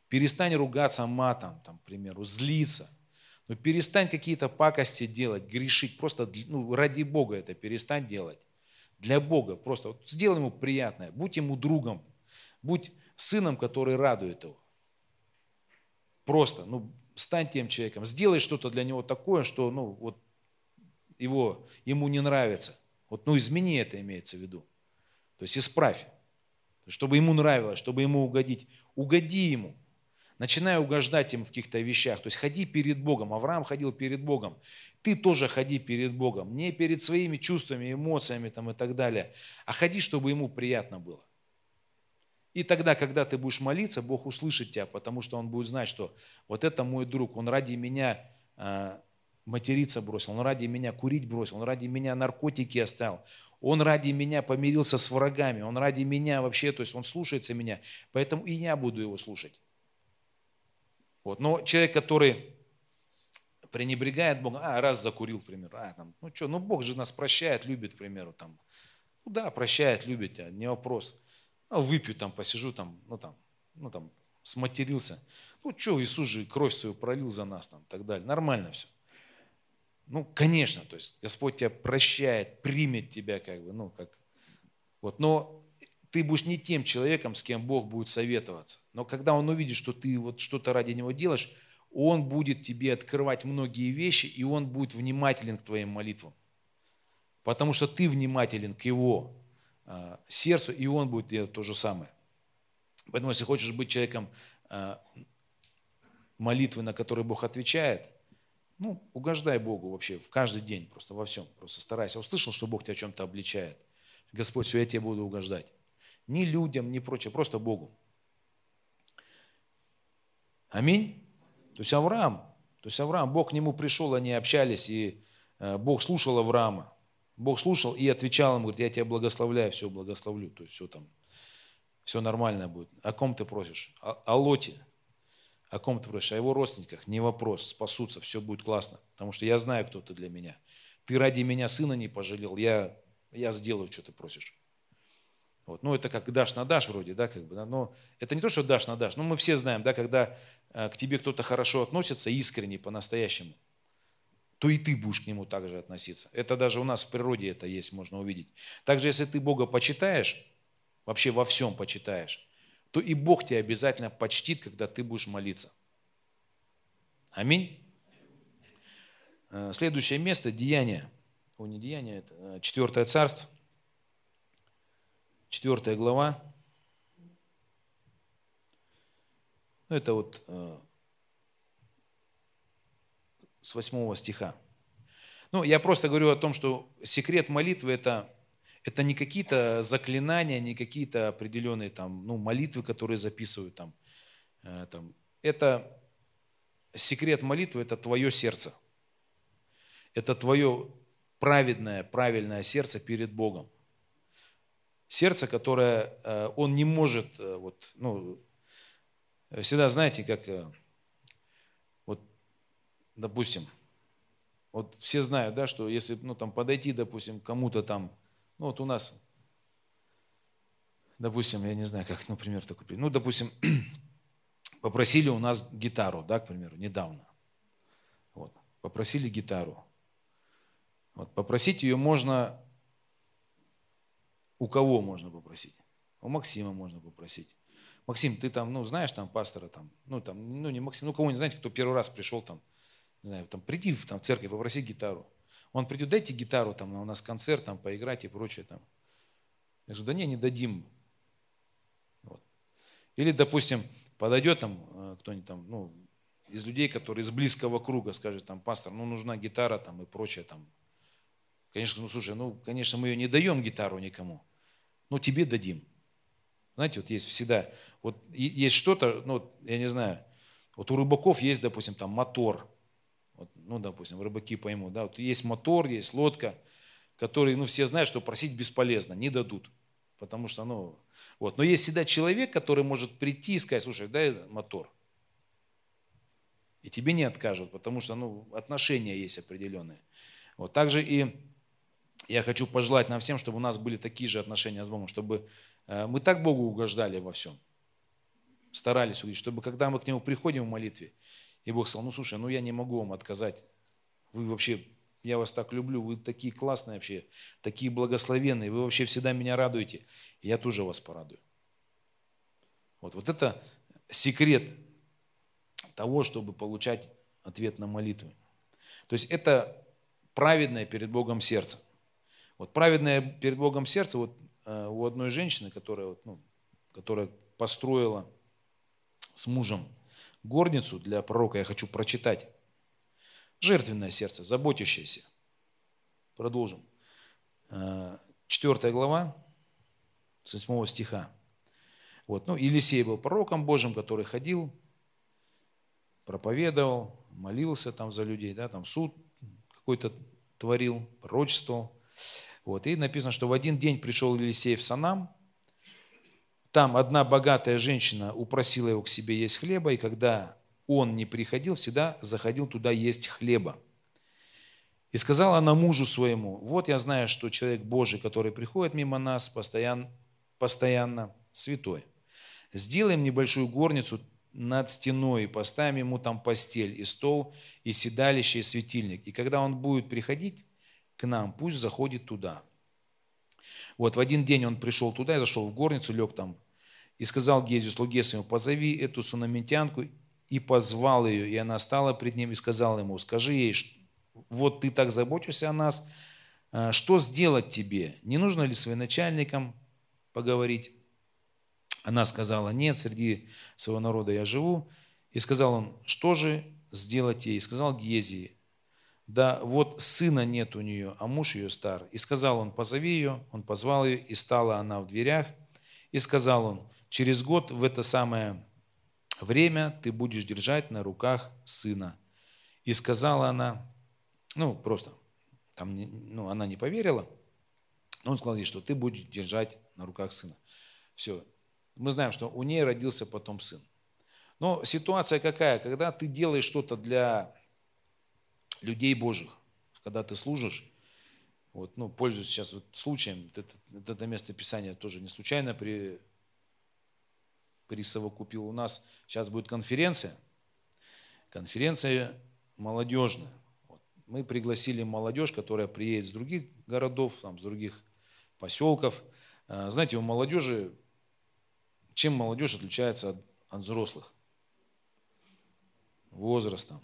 Перестань ругаться матом, там, к примеру, злиться. Но перестань какие-то пакости делать, грешить. Просто ну, ради Бога это перестань делать. Для Бога. Просто вот сделай ему приятное. Будь ему другом. Будь сыном, который радует его. Просто, ну, стань тем человеком. Сделай что-то для него такое, что, ну, вот его, ему не нравится. Вот, ну, измени это, имеется в виду. То есть исправь. Чтобы ему нравилось, чтобы ему угодить. Угоди ему. Начинай угождать ему в каких-то вещах. То есть ходи перед Богом. Авраам ходил перед Богом. Ты тоже ходи перед Богом. Не перед своими чувствами, эмоциями там, и так далее. А ходи, чтобы ему приятно было. И тогда, когда ты будешь молиться, Бог услышит тебя, потому что Он будет знать, что вот это мой друг, он ради меня э, материться бросил, он ради меня курить бросил, он ради меня наркотики оставил, он ради меня помирился с врагами, он ради меня вообще, то есть он слушается меня, поэтому и я буду его слушать. Вот. Но человек, который пренебрегает Богом, а, раз закурил, к примеру, а, там, ну что, ну Бог же нас прощает, любит, к примеру, там, ну да, прощает, любит тебя, не вопрос. Ну, выпью там, посижу там, ну там, ну там, сматерился. Ну что, Иисус же кровь свою пролил за нас там, и так далее. Нормально все. Ну, конечно, то есть Господь тебя прощает, примет тебя как бы, ну как, вот, но ты будешь не тем человеком, с кем Бог будет советоваться. Но когда Он увидит, что ты вот что-то ради Него делаешь, Он будет тебе открывать многие вещи, и Он будет внимателен к твоим молитвам. Потому что ты внимателен к Его сердцу, и Он будет делать то же самое. Поэтому, если хочешь быть человеком молитвы, на которую Бог отвечает, ну, угождай Богу вообще в каждый день, просто во всем. Просто старайся. Услышал, что Бог тебя о чем-то обличает. Господь, все, я тебе буду угождать. Ни людям, ни прочее, просто Богу. Аминь. То есть Авраам, то есть Авраам, Бог к нему пришел, они общались, и Бог слушал Авраама. Бог слушал и отвечал ему, говорит, я тебя благословляю, все благословлю. То есть все там, все нормально будет. О ком ты просишь? О, о Лоте. О ком ты просишь? О его родственниках? Не вопрос, спасутся, все будет классно. Потому что я знаю, кто ты для меня. Ты ради меня сына не пожалел, я, я сделаю, что ты просишь. Вот. Ну, это как дашь на дашь вроде, да, как бы, да, но это не то, что дашь на дашь. Но мы все знаем, да, когда к тебе кто-то хорошо относится, искренне, по-настоящему, то и ты будешь к нему также относиться. Это даже у нас в природе это есть, можно увидеть. Также, если ты Бога почитаешь, вообще во всем почитаешь, то и Бог тебя обязательно почтит, когда ты будешь молиться. Аминь. Следующее место – Деяния. О, не Деяния, это четвёртое царство, четвёртая глава. Это вот с восьмого стиха. Ну, я просто говорю о том, что секрет молитвы – это, это не какие-то заклинания, не какие-то определенные там, ну, молитвы, которые записывают там. Э, там. Это секрет молитвы – это твое сердце. Это твое праведное, правильное сердце перед Богом. Сердце, которое э, он не может, э, вот, ну, всегда знаете, как, э, вот, допустим, вот все знают, да, что если, ну, там, подойти, допустим, к кому-то там, ну, вот у нас, допустим, я не знаю, как, например, такой, ну, допустим, попросили у нас гитару, да, к примеру, недавно. Вот, попросили гитару. Вот, попросить ее можно, у кого можно попросить? У Максима можно попросить. Максим, ты там, ну, знаешь там пастора, там, ну, там, ну, не Максим, ну, кого-нибудь, знаете, кто первый раз пришел там, не знаю, там, приди в, там, в церковь, попроси гитару. Он придет, дайте гитару, там, у нас концерт, там, поиграть и прочее, там. Я говорю, да не, не дадим. Вот. Или, допустим, подойдет там кто-нибудь там, ну, из людей, которые из близкого круга, скажет там, пастор, ну, нужна гитара там и прочее там. Конечно, ну, слушай, ну, конечно, мы ее не даем гитару никому, но тебе дадим. Знаете, вот есть всегда, вот есть что-то, ну, я не знаю, вот у рыбаков есть, допустим, там мотор, вот, ну, допустим, рыбаки поймут, да, вот есть мотор, есть лодка, который, ну, все знают, что просить бесполезно, не дадут, потому что, ну, вот, но есть всегда человек, который может прийти и сказать, слушай, дай мотор, и тебе не откажут, потому что, ну, отношения есть определенные. Вот, также и я хочу пожелать нам всем, чтобы у нас были такие же отношения с Богом, чтобы мы так Богу угождали во всем. старались увидеть, чтобы когда мы к Нему приходим в молитве, и Бог сказал, ну слушай, ну я не могу вам отказать. Вы вообще, я вас так люблю, вы такие классные вообще, такие благословенные, вы вообще всегда меня радуете, и я тоже вас порадую. Вот, вот это секрет того, чтобы получать ответ на молитвы. То есть это праведное перед Богом сердце. Вот праведное перед Богом сердце вот, э, у одной женщины, которая, вот, ну, которая построила с мужем горницу для пророка, я хочу прочитать. Жертвенное сердце, заботящееся. Продолжим. Четвертая глава, с восьмого стиха. Вот. Ну, Елисей был пророком Божьим, который ходил, проповедовал, молился там за людей, да, там суд какой-то творил, пророчествовал. Вот. И написано, что в один день пришел Елисей в Санам. Там одна богатая женщина упросила его к себе есть хлеба, и когда он не приходил, всегда заходил туда есть хлеба. И сказала она мужу своему, вот я знаю, что человек Божий, который приходит мимо нас, постоянно, постоянно святой. Сделаем небольшую горницу над стеной, и поставим ему там постель, и стол, и седалище, и светильник. И когда он будет приходить к нам, пусть заходит туда. Вот в один день он пришел туда, и зашел в горницу, лег там, и сказал Гезию, слуге своему, позови эту сунамитянку, и позвал ее, и она стала пред ним, и сказала ему, скажи ей, вот ты так заботишься о нас, что сделать тебе? Не нужно ли с военачальником поговорить? Она сказала, нет, среди своего народа я живу. И сказал он, что же сделать ей? И сказал Гезии, да вот сына нет у нее, а муж ее стар. И сказал он, позови ее. Он позвал ее, и стала она в дверях. И сказал он, через год в это самое время ты будешь держать на руках сына. И сказала она, ну просто, там, ну, она не поверила, но он сказал ей, что ты будешь держать на руках сына. Все. Мы знаем, что у нее родился потом сын. Но ситуация какая? Когда ты делаешь что-то для людей Божьих, когда ты служишь, вот, ну, пользуюсь сейчас вот случаем, это, это место Писания тоже не случайно при, присовокупил. У нас сейчас будет конференция, конференция молодежная. Вот. Мы пригласили молодежь, которая приедет с других городов, там, с других поселков. Знаете, у молодежи, чем молодежь отличается от, от взрослых? Возрастом.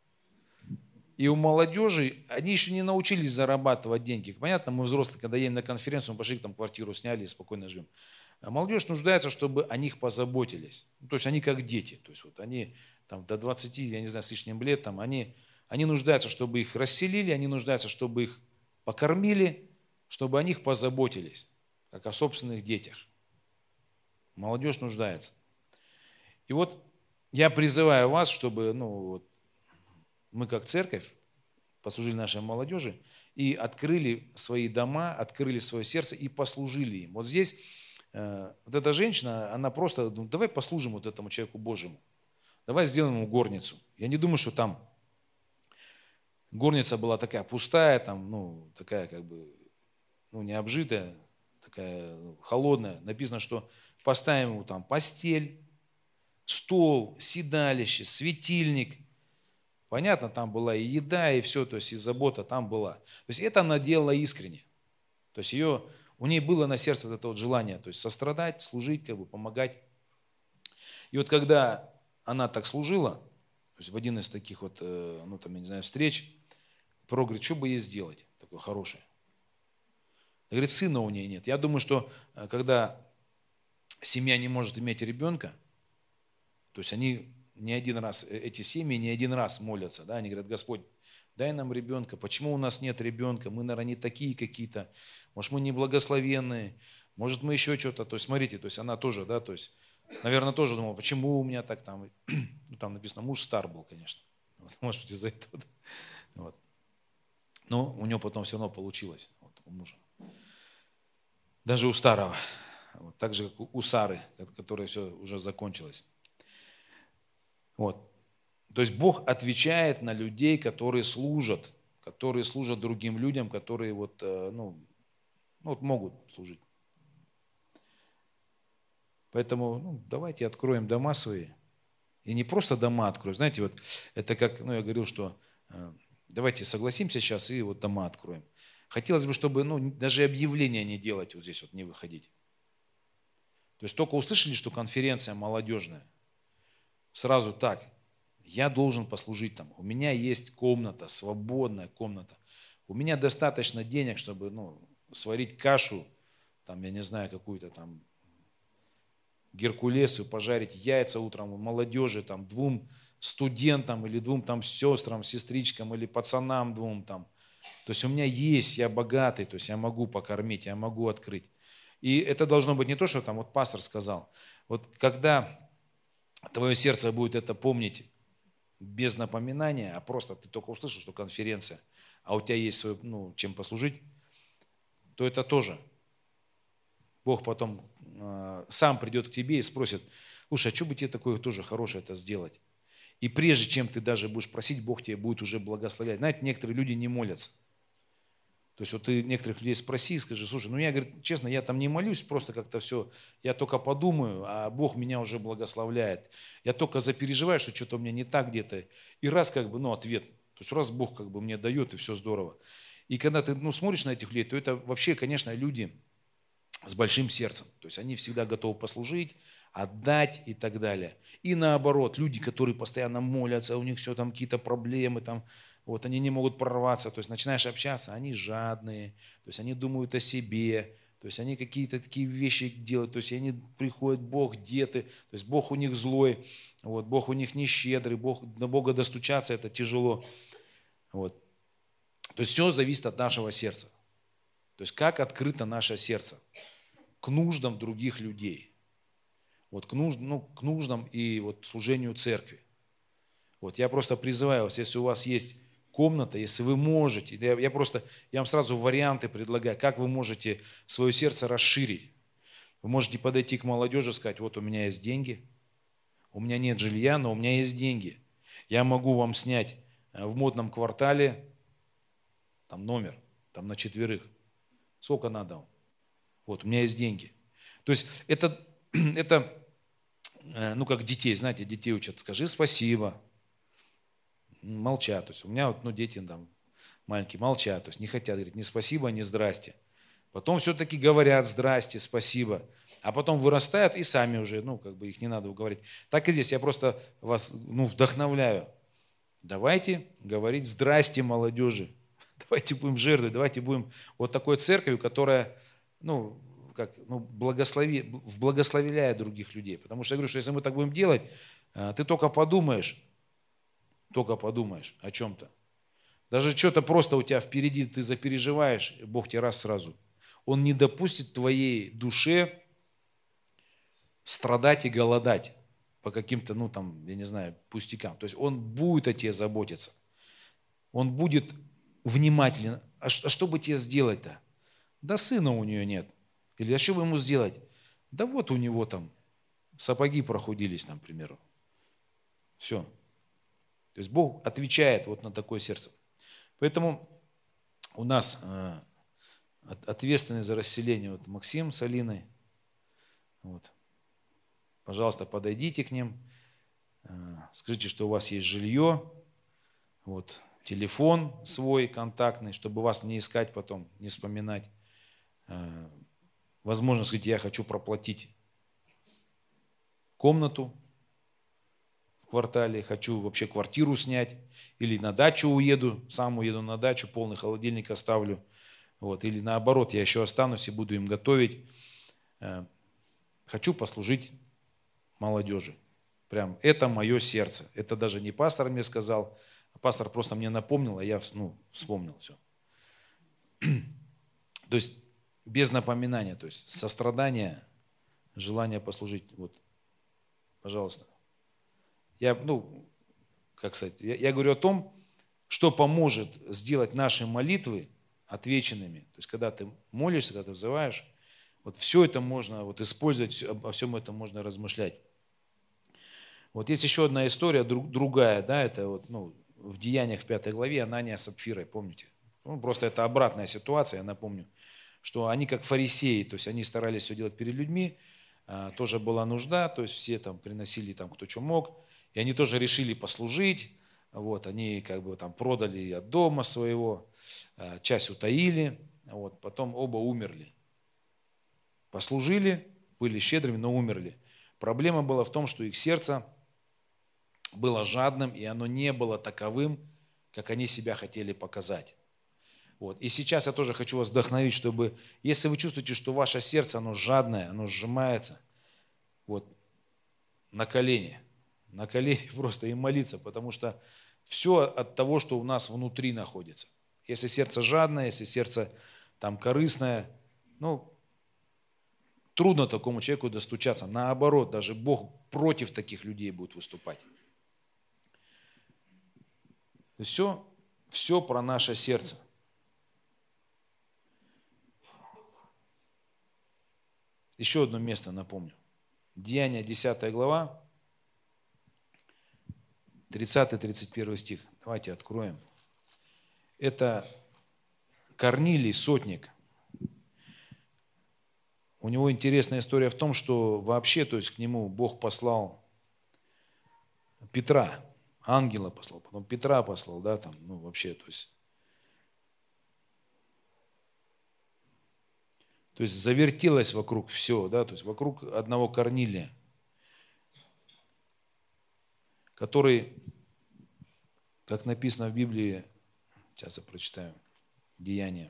И у молодежи, они еще не научились зарабатывать деньги. Понятно, мы взрослые, когда едем на конференцию, мы пошли, там квартиру сняли и спокойно живем. А молодежь нуждается, чтобы о них позаботились. Ну, то есть они как дети. То есть вот они там, до двадцати, я не знаю, с лишним лет, там, они, они нуждаются, чтобы их расселили, они нуждаются, чтобы их покормили, чтобы о них позаботились, как о собственных детях. Молодежь нуждается. И вот я призываю вас, чтобы, ну, вот, мы как церковь послужили нашей молодежи и открыли свои дома, открыли свое сердце и послужили им. Вот здесь э, вот эта женщина, она просто, ну, давай послужим вот этому человеку Божьему, давай сделаем ему горницу. Я не думаю, что там горница была такая пустая, там, ну, такая как бы, ну, не обжитая, такая холодная. Написано, что поставим ему там постель, стол, седалище, светильник. Понятно, там была и еда, и все, то есть и забота там была. То есть это она делала искренне. То есть ее, у нее было на сердце вот это вот желание, то есть сострадать, служить, как бы помогать. И вот когда она так служила, то есть в один из таких вот, ну там, я не знаю, встреч, пророк говорит, что бы ей сделать такое хорошее? Говорит, сына у нее нет. Я думаю, что когда семья не может иметь ребенка, то есть они не один раз, эти семьи не один раз молятся, да, они говорят, Господь, дай нам ребенка, почему у нас нет ребенка, мы, наверное, не такие какие-то, может, мы не благословенные, может, мы еще что-то, то есть, смотрите, то есть она тоже, да, то есть, наверное, тоже думала, почему у меня так там, ну, там написано, муж стар был, конечно, вот, может быть, из-за этого, вот. Но у него потом все равно получилось, вот, у мужа, даже у старого, вот, так же, как у Сары, которая все уже закончилось. Вот. То есть Бог отвечает на людей, которые служат, которые служат другим людям, которые вот, ну, вот могут служить. Поэтому ну, давайте откроем дома свои. И не просто дома откроем. Знаете, вот это как, ну, я говорил, что э, давайте согласимся сейчас и вот дома откроем. Хотелось бы, чтобы ну, даже объявления не делать, вот здесь вот не выходить. То есть только услышали, что конференция молодежная, сразу так, я должен послужить там. У меня есть комната, свободная комната. У меня достаточно денег, чтобы ну, сварить кашу, там, я не знаю, какую-то там геркулесу, пожарить яйца утром молодежи, там, двум студентам или двум там сестрам, сестричкам или пацанам двум там. То есть у меня есть, я богатый, то есть я могу покормить, я могу открыть. И это должно быть не то, что там вот пастор сказал. Вот когда твое сердце будет это помнить без напоминания, а просто ты только услышал, что конференция, а у тебя есть свой, ну, чем послужить, то это тоже. Бог потом э, сам придет к тебе и спросит, слушай, а что бы тебе такое тоже хорошее это сделать? И прежде чем ты даже будешь просить, Бог тебе будет уже благословлять. Знаете, некоторые люди не молятся. То есть вот ты некоторых людей спроси, скажи, слушай, ну я, говорит, честно, я там не молюсь, просто как-то все, я только подумаю, а Бог меня уже благословляет. Я только запереживаю, что что-то у меня не так где-то. И раз как бы, ну ответ, то есть раз Бог как бы мне дает, и все здорово. И когда ты ну, смотришь на этих людей, то это вообще, конечно, люди с большим сердцем. То есть они всегда готовы послужить, отдать и так далее. И наоборот, люди, которые постоянно молятся, у них все там какие-то проблемы, там, вот они не могут прорваться. То есть начинаешь общаться, они жадные, то есть они думают о себе, то есть они какие-то такие вещи делают, то есть они приходят, Бог, где ты, то есть Бог у них злой, вот, Бог у них не щедрый, Бог, до Бога достучаться это тяжело. Вот. То есть все зависит от нашего сердца. То есть как открыто наше сердце к нуждам других людей. Вот к, нужд, ну, к нуждам и вот служению церкви. Вот я просто призываю вас, если у вас есть комната, если вы можете, я, я просто, я вам сразу варианты предлагаю, как вы можете свое сердце расширить. Вы можете подойти к молодежи и сказать, вот у меня есть деньги, у меня нет жилья, но у меня есть деньги. Я могу вам снять в модном квартале там номер, там на четверых. Сколько надо вам? Вот, у меня есть деньги. То есть это, это ну, как детей, знаете, детей учат, скажи спасибо, молчат. То есть у меня вот, ну, дети там маленькие молчат, то есть не хотят говорить ни спасибо, ни здрасте. Потом все-таки говорят здрасте, спасибо, а потом вырастают и сами уже, ну, как бы их не надо уговорить. Так и здесь, я просто вас, ну, вдохновляю. Давайте говорить здрасте молодежи, давайте будем жертвой, давайте будем вот такой церковью, которая, ну, как, ну, благослови, благословляет других людей. Потому что я говорю, что если мы так будем делать, ты только подумаешь, только подумаешь о чем-то. Даже что-то просто у тебя впереди, ты запереживаешь, Бог тебе раз сразу. Он не допустит твоей душе страдать и голодать по каким-то, ну там, я не знаю, пустякам. То есть Он будет о тебе заботиться. Он будет внимателен. А что, а что бы тебе сделать-то? Да сына у нее нет. Или а что бы ему сделать? Да вот у него там сапоги прохудились, там, к примеру. Все. То есть Бог отвечает вот на такое сердце. Поэтому у нас э, ответственный за расселение вот Максим с Алиной. Вот. Пожалуйста, подойдите к ним, э, скажите, что у вас есть жилье, вот, телефон свой контактный, чтобы вас не искать потом, не вспоминать. Э, возможно, сказать, я хочу проплатить комнату в квартале, хочу вообще квартиру снять, или на дачу уеду, сам уеду на дачу, полный холодильник оставлю, вот, или наоборот, я еще останусь и буду им готовить. Хочу послужить молодежи. Прям это мое сердце. Это даже не пастор мне сказал, а пастор просто мне напомнил, а я ну, вспомнил все. То есть без напоминания, то есть сострадание, желание послужить. Вот, пожалуйста. Я, ну, как сказать, я, я говорю о том, что поможет сделать наши молитвы отвеченными. То есть, когда ты молишься, когда ты взываешь, вот все это можно вот использовать, обо всем этом можно размышлять. Вот есть еще одна история, друг, другая, да, это вот, ну, в Деяниях в пятой главе Анания с Сапфирой, помните? Ну, просто это обратная ситуация, я напомню, что они как фарисеи, то есть они старались все делать перед людьми, тоже была нужда, то есть все там приносили там кто что мог, и они тоже решили послужить, вот, они как бы там продали от дома своего, часть утаили, вот, потом оба умерли. Послужили, были щедрыми, но умерли. Проблема была в том, что их сердце было жадным, и оно не было таковым, как они себя хотели показать. Вот. И сейчас я тоже хочу вас вдохновить, чтобы, если вы чувствуете, что ваше сердце, оно жадное, оно сжимается, вот, на колени, на колени просто и молиться, потому что все от того, что у нас внутри находится. Если сердце жадное, если сердце там корыстное, ну, трудно такому человеку достучаться. Наоборот, даже Бог против таких людей будет выступать. Все, все про наше сердце. Еще одно место напомню. Деяния, десятая глава, тридцатый-тридцать первый стих. Давайте откроем. Это Корнилий, сотник. У него интересная история в том, что вообще, то есть к нему Бог послал Петра, ангела послал, потом Петра послал, да, там, ну вообще, то есть, то есть завертелось вокруг все, да, то есть вокруг одного Корнилия, который, как написано в Библии, сейчас я прочитаю, Деяния.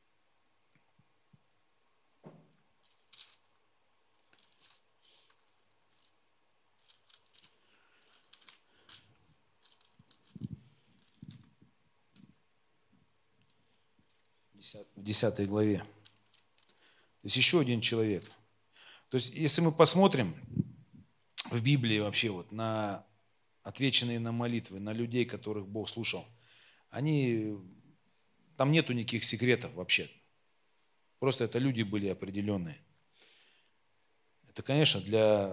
В десятой главе. То есть еще один человек. То есть если мы посмотрим в Библии вообще вот на отвеченные на молитвы, на людей, которых Бог слушал, они, там нету никаких секретов вообще. Просто это люди были определенные. Это, конечно, для,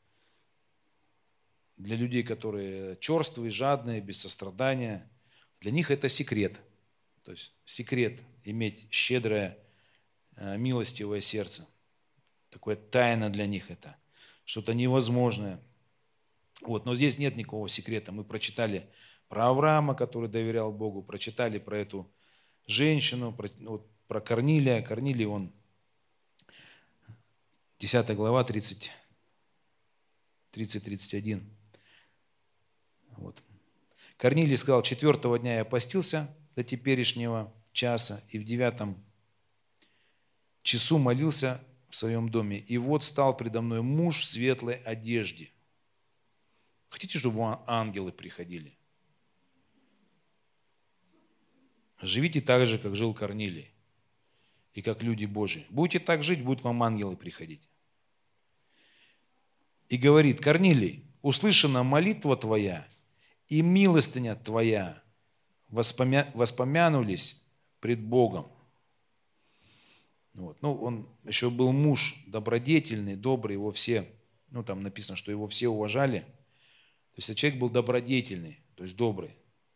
для людей, которые черствые, жадные, без сострадания, для них это секрет. То есть секрет иметь щедрое, милостивое сердце. Такое тайна для них это. Что-то невозможное. Вот. Но здесь нет никакого секрета. Мы прочитали про Авраама, который доверял Богу, прочитали про эту женщину, про, вот, про Корнилия. Корнилий, он, десятая глава, тридцать тридцать один. Вот. Корнилий сказал: четвертого дня я постился до теперешнего часа, и в девятом часу молился в своем доме. И вот стал предо мной муж в светлой одежде. Хотите, чтобы ангелы приходили? Живите так же, как жил Корнилий, и как люди Божьи. Будете так жить, будут вам ангелы приходить. И говорит: Корнилий, услышана молитва твоя, и милостыня твоя воспомя... воспомянулись пред Богом. Вот. Ну, он еще был муж добродетельный, добрый, его все, ну, там написано, что его все уважали. То есть человек был добродетельный, то есть добрый.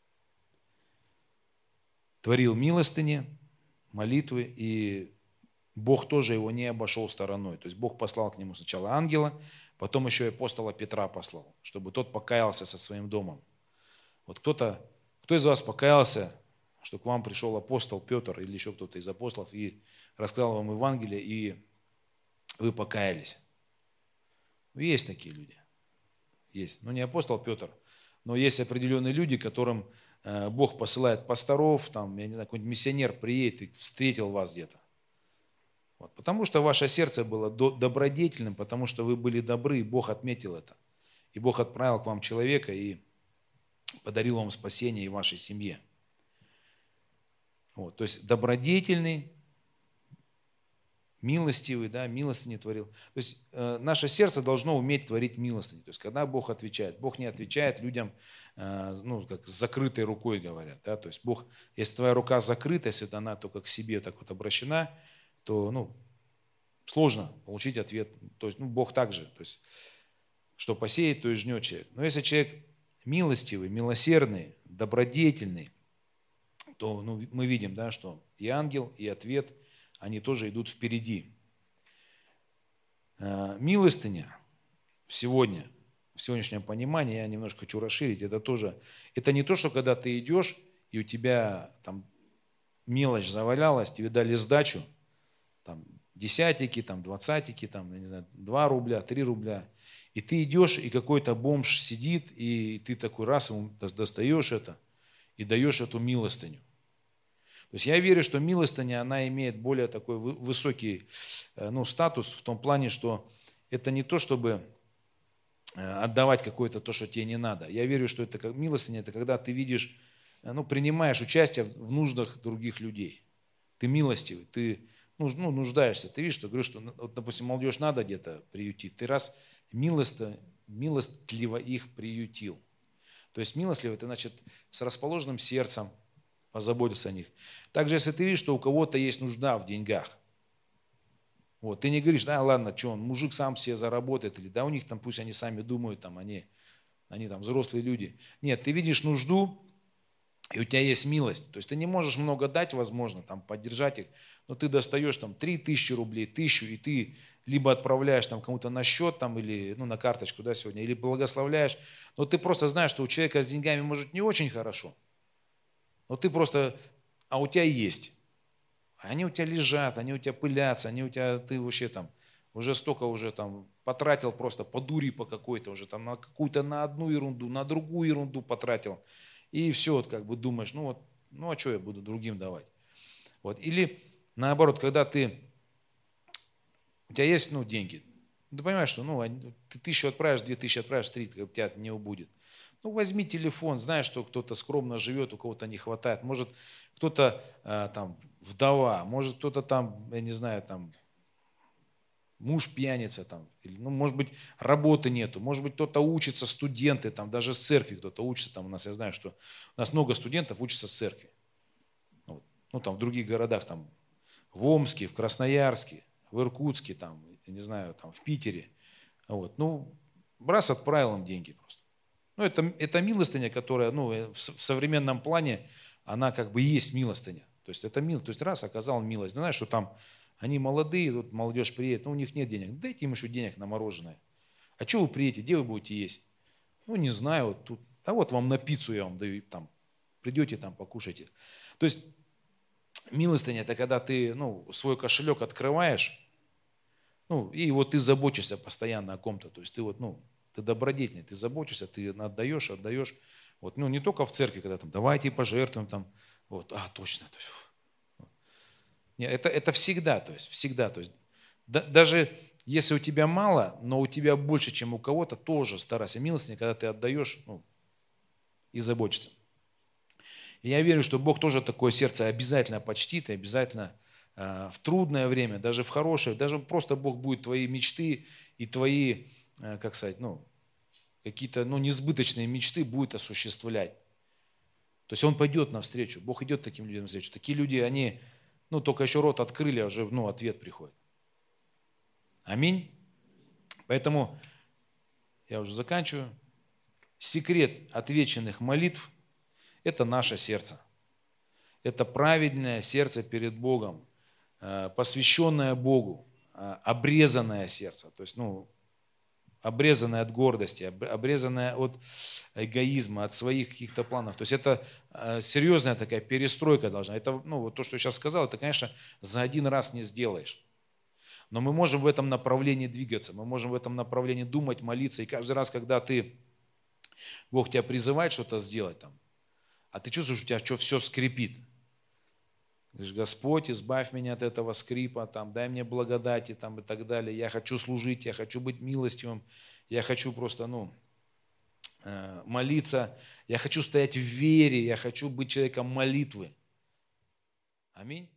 Творил милостыни, молитвы, и Бог тоже его не обошел стороной. То есть Бог послал к нему сначала ангела, потом еще и апостола Петра послал, чтобы тот покаялся со своим домом. Вот кто-то, кто из вас покаялся, что к вам пришел апостол Петр или еще кто-то из апостолов и рассказал вам Евангелие, и вы покаялись? Есть такие люди. Есть. Ну, не апостол Петр, но есть определенные люди, которым Бог посылает пасторов, там, я не знаю, какой-нибудь миссионер приедет и встретил вас где-то. Вот. Потому что ваше сердце было добродетельным, потому что вы были добры, и Бог отметил это. И Бог отправил к вам человека и подарил вам спасение и вашей семье. Вот. То есть добродетельный, милостивый, да, милостыни творил. То есть э, наше сердце должно уметь творить милостыни. То есть когда Бог отвечает, Бог не отвечает людям, э, ну, как с закрытой рукой говорят. Да? То есть Бог, если твоя рука закрыта, если она только к себе так вот обращена, то, ну, сложно получить ответ. То есть, ну, Бог также, то есть, что посеет, то и жнет человек. Но если человек милостивый, милосердный, добродетельный, то, ну, мы видим, да, что и ангел, и ответ, они тоже идут впереди. Милостыня сегодня, в сегодняшнем понимании, я немножко хочу расширить, это тоже, это не то, что когда ты идешь, и у тебя там мелочь завалялась, тебе дали сдачу, там десятики, там двадцатики, там, я не знаю, два рубля, три рубля, и ты идешь, и какой-то бомж сидит, и ты такой раз ему достаешь это и даешь эту милостыню. То есть я верю, что милостыня, она имеет более такой высокий, ну, статус в том плане, что это не то, чтобы отдавать какое-то то, что тебе не надо. Я верю, что это как милостыня, это когда ты видишь, ну, принимаешь участие в нуждах других людей. Ты милостивый, ты ну, нуждаешься. Ты видишь, что, говорю, что, вот, допустим, молодежь надо где-то приютить, ты раз милостиво, милостливо их приютил. То есть милостливый, это значит с расположенным сердцем позаботиться о них. Также, если ты видишь, что у кого-то есть нужда в деньгах, вот, ты не говоришь, да ладно, что он, мужик сам себе заработает, или да у них там, пусть они сами думают, там, они, они там взрослые люди. Нет, ты видишь нужду, и у тебя есть милость. То есть ты не можешь много дать, возможно, там, поддержать их, но ты достаешь там три тысячи рублей, тысячу, и ты либо отправляешь там кому-то на счет там, или ну, на карточку, да, сегодня, или благословляешь, но ты просто знаешь, что у человека с деньгами может не очень хорошо, но ты просто, а у тебя есть. Они у тебя лежат, они у тебя пылятся, они у тебя, ты вообще там уже столько уже там потратил просто по дури по какой-то, уже там на какую-то, на одну ерунду, на другую ерунду потратил. И все, вот как бы думаешь, ну вот, ну а что я буду другим давать? Вот. Или наоборот, когда ты, у тебя есть ну, деньги, ты понимаешь, что ну, ты тысячу отправишь, две тысячи отправишь, три, у тебя не убудет. Ну, возьми телефон, знаешь, что кто-то скромно живет, у кого-то не хватает. Может, кто-то а, там вдова, может, кто-то там, я не знаю, там муж пьяница, там, или, ну, может быть, работы нету, может быть, кто-то учится, студенты, там, даже с церкви кто-то учится, там у нас, я знаю, что у нас много студентов учатся с церкви. Вот. Ну, там, в других городах, там, в Омске, в Красноярске, в Иркутске, там, я не знаю, там, в Питере. Вот. Ну, раз отправил им деньги просто. Ну, это, это милостыня, которая, ну, в, в современном плане, она как бы есть милостыня. То есть это милость. То есть раз оказал милость. Знаешь, что там они молодые, тут молодежь приедет, но у них нет денег. Дайте им еще денег на мороженое. А что вы приедете, где вы будете есть? Ну, не знаю, вот тут. А вот вам на пиццу я вам даю, там, придете, там, покушайте. То есть милостыня – это когда ты, ну, свой кошелек открываешь, ну, и вот ты заботишься постоянно о ком-то. То есть ты вот, ну, ты добродетельный, ты заботишься, ты отдаешь, отдаешь. Вот, ну, не только в церкви, когда там, давайте пожертвуем, там, вот, а, точно. То есть, нет, это, это всегда, то есть, всегда. То есть, да, даже если у тебя мало, но у тебя больше, чем у кого-то, тоже старайся. Милостыня, когда ты отдаешь, ну, и заботишься. И я верю, что Бог тоже такое сердце обязательно почтит, и обязательно э, в трудное время, даже в хорошее, даже просто Бог будет твои мечты и твои, э, как сказать, ну, какие-то ну, несбыточные мечты будет осуществлять. То есть Он пойдет навстречу, Бог идет таким людям навстречу. Такие люди, они, ну, только еще рот открыли, а уже, ну, ответ приходит. Аминь. Поэтому, я уже заканчиваю, секрет отвеченных молитв – это наше сердце. Это праведное сердце перед Богом, посвященное Богу, обрезанное сердце. То есть, ну, обрезанное от гордости, обрезанное от эгоизма, от своих каких-то планов. То есть это серьезная такая перестройка должна. Это, ну, вот то, что я сейчас сказал, это, конечно, за один раз не сделаешь. Но мы можем в этом направлении двигаться, мы можем в этом направлении думать, молиться. И каждый раз, когда ты, Бог тебя призывает что-то сделать, там, а ты чувствуешь, у тебя что, все скрипит. Говоришь, Господь, избавь меня от этого скрипа, там, дай мне благодати там, и так далее. Я хочу служить, я хочу быть милостивым, я хочу просто ну, молиться, я хочу стоять в вере, я хочу быть человеком молитвы. Аминь.